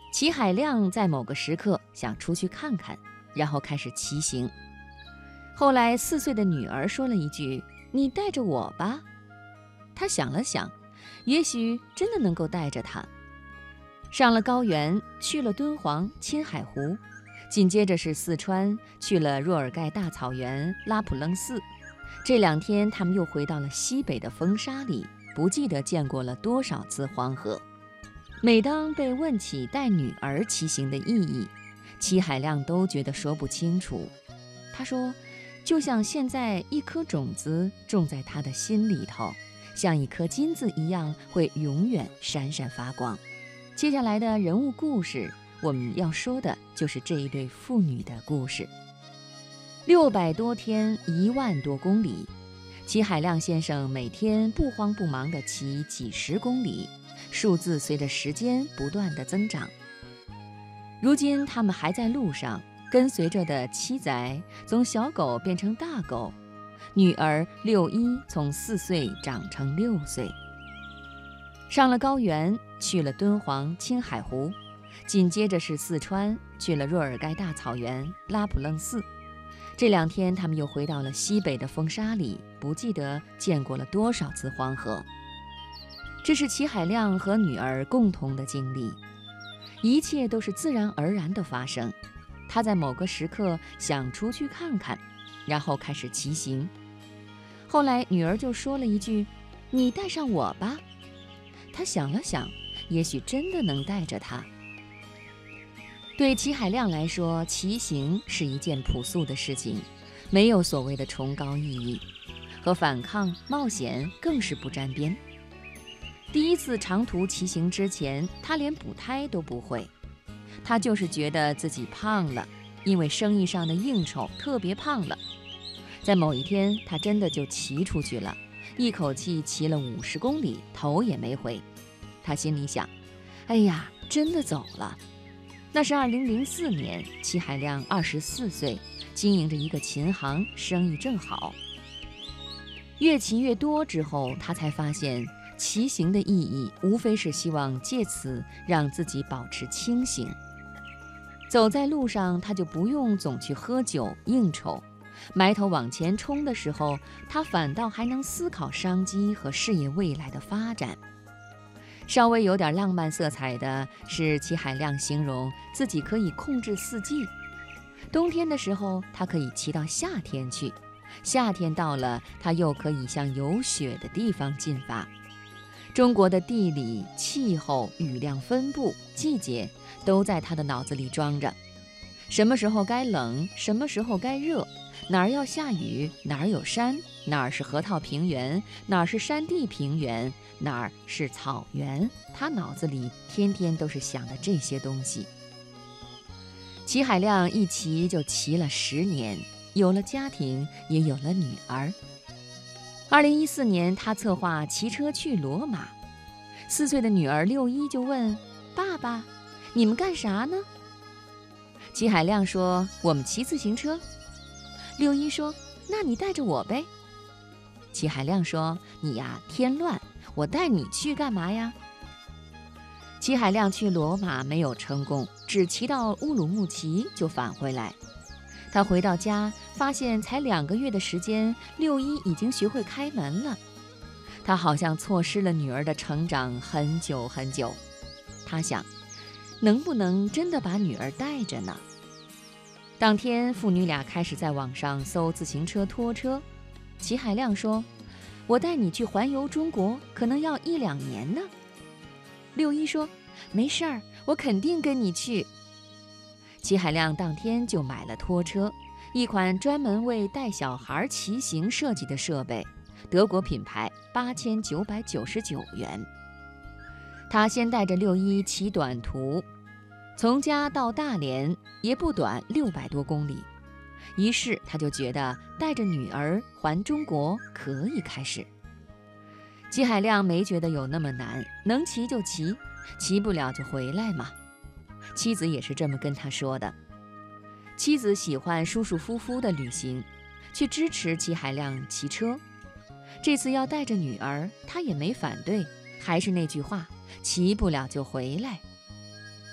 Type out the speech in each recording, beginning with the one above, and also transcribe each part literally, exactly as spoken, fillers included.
齐海亮在某个时刻想出去看看，然后开始骑行。后来四岁的女儿说了一句：“你带着我吧。”他想了想，也许真的能够带着他。上了高原，去了敦煌、青海湖，紧接着是四川，去了若尔盖大草原、拉卜楞寺。这两天，他们又回到了西北的风沙里，不记得见过了多少次黄河。每当被问起带女儿骑行的意义，齐海亮都觉得说不清楚。他说，就像现在一颗种子种在他的心里头，像一颗金子一样，会永远闪闪发光。接下来的人物故事，我们要说的就是这一对父女的故事。六百多天，一万多公里，齐海亮先生每天不慌不忙地骑几十公里，数字随着时间不断地增长。如今他们还在路上，跟随着的七仔从小狗变成大狗，女儿六一从四岁长成六岁。上了高原，去了敦煌、青海湖，紧接着是四川，去了若尔盖大草原、拉卜楞寺。这两天他们又回到了西北的风沙里，不记得见过了多少次黄河。这是齐海亮和女儿共同的经历，一切都是自然而然的发生。他在某个时刻想出去看看，然后开始骑行。后来女儿就说了一句：“你带上我吧。”他想了想，也许真的能带着他。对齐海亮来说，骑行是一件朴素的事情，没有所谓的崇高意义，和反抗、冒险更是不沾边。第一次长途骑行之前，他连补胎都不会，他就是觉得自己胖了，因为生意上的应酬特别胖了。在某一天，他真的就骑出去了，一口气骑了五十公里，头也没回。他心里想：哎呀，真的走了。那是二零零四年，齐海亮二十四岁，经营着一个琴行，生意正好。越骑越多之后，他才发现骑行的意义无非是希望借此让自己保持清醒。走在路上，他就不用总去喝酒应酬，埋头往前冲的时候，他反倒还能思考商机和事业未来的发展。稍微有点浪漫色彩的是，齐海亮形容自己可以控制四季。冬天的时候，他可以骑到夏天去；夏天到了，他又可以向有雪的地方进发。中国的地理、气候、雨量分布、季节都在他的脑子里装着。什么时候该冷，什么时候该热，哪儿要下雨，哪儿有山，哪儿是河套平原，哪儿是山地平原，哪儿是草原，他脑子里天天都是想的这些东西。齐海亮一骑就骑了十年，有了家庭，也有了女儿。二零一四年，他策划骑车去罗马，四岁的女儿六一就问：“爸爸，你们干啥呢？”齐海亮说：“我们骑自行车。”六一说：“那你带着我呗。”齐海亮说：“你呀，添乱，我带你去干嘛呀？”齐海亮去罗马没有成功，只骑到乌鲁木齐就返回来。他回到家，发现才两个月的时间，六一已经学会开门了。他好像错失了女儿的成长很久很久。他想，能不能真的把女儿带着呢？当天，父女俩开始在网上搜自行车拖车。齐海亮说：“我带你去环游中国，可能要一两年呢。”六一说：“没事儿，我肯定跟你去。”齐海亮当天就买了拖车，一款专门为带小孩骑行设计的设备，德国品牌，八千九百九十九元。他先带着六一骑短途，从家到大连也不短，六百多公里。于是他就觉得带着女儿环中国可以开始。齐海亮没觉得有那么难，能骑就骑，骑不了就回来嘛。妻子也是这么跟他说的。妻子喜欢舒舒服服的旅行，却支持齐海亮骑车。这次要带着女儿，他也没反对，还是那句话，骑不了就回来。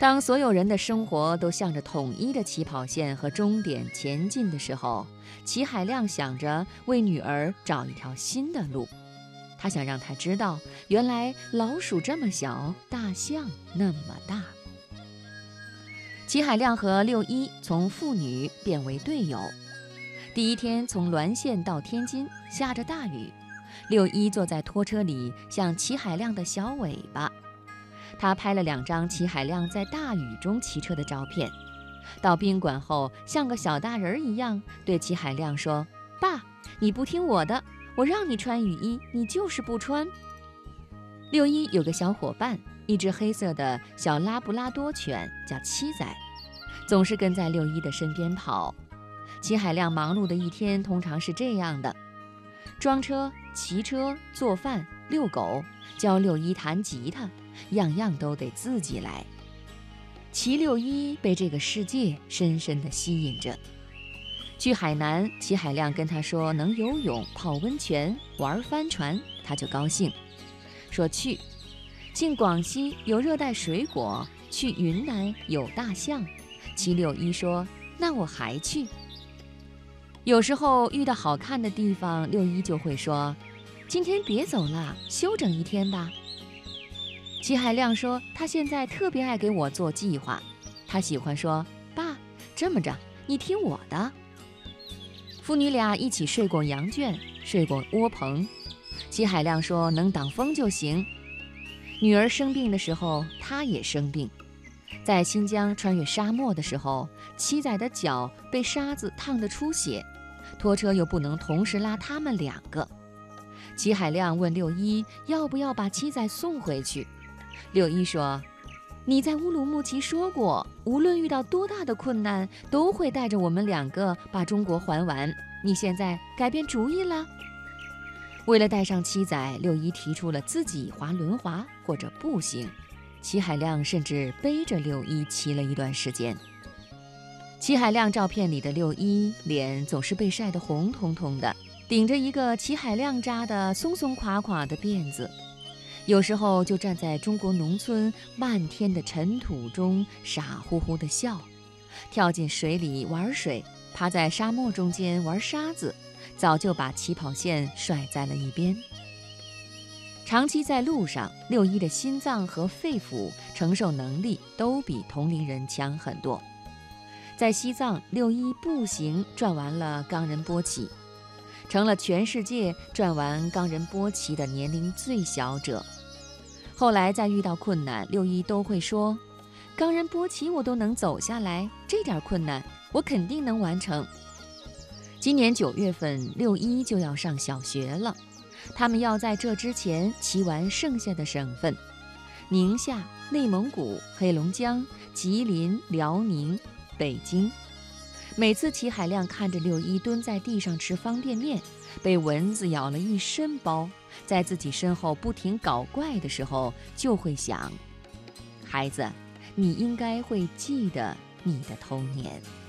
当所有人的生活都向着统一的起跑线和终点前进的时候，齐海亮想着为女儿找一条新的路。他想让她知道，原来老鼠这么小，大象那么大。齐海亮和六一从父女变为队友。第一天从滦县到天津，下着大雨，六一坐在拖车里，像齐海亮的小尾巴。他拍了两张齐海亮在大雨中骑车的照片。到宾馆后，像个小大人一样对齐海亮说：“爸，你不听我的，我让你穿雨衣，你就是不穿。”六一有个小伙伴，一只黑色的小拉布拉多犬，叫七仔，总是跟在六一的身边跑。齐海亮忙碌的一天通常是这样的：装车、骑车、做饭、遛狗，教六一弹吉他，样样都得自己来。齐六一被这个世界深深地吸引着。去海南，齐海亮跟他说能游泳、泡温泉、玩帆船，他就高兴，说去。进广西有热带水果，去云南有大象。齐六一说：“那我还去。”有时候遇到好看的地方，六一就会说：“今天别走了，休整一天吧。”齐海亮说他现在特别爱给我做计划，他喜欢说：“爸，这么着，你听我的。”父女俩一起睡过羊圈，睡过窝棚。齐海亮说能挡风就行。女儿生病的时候，他也生病。在新疆穿越沙漠的时候，七仔的脚被沙子烫得出血，拖车又不能同时拉他们两个。齐海亮问六一要不要把七仔送回去。六一说：“你在乌鲁木齐说过，无论遇到多大的困难，都会带着我们两个把中国还完。你现在改变主意了？”为了带上七仔，六一提出了自己滑轮滑或者步行。齐海亮甚至背着六一骑了一段时间。齐海亮照片里的六一脸总是被晒得红彤彤的，顶着一个齐海亮扎的松松垮垮的辫子，有时候就站在中国农村漫天的尘土中傻乎乎地笑，跳进水里玩水，趴在沙漠中间玩沙子，早就把起跑线甩在了一边。长期在路上，六一的心脏和肺腑承受能力都比同龄人强很多。在西藏，六一步行转完了冈仁波齐，成了全世界转完冈仁波齐的年龄最小者。后来再遇到困难，六一都会说：“冈仁波齐我都能走下来，这点困难我肯定能完成。”今年九月份，六一就要上小学了。他们要在这之前骑完剩下的省份：宁夏、内蒙古、黑龙江、吉林、辽宁、北京。每次齐海亮看着六一蹲在地上吃方便面，被蚊子咬了一身包，在自己身后不停搞怪的时候，就会想：孩子，你应该会记得你的童年。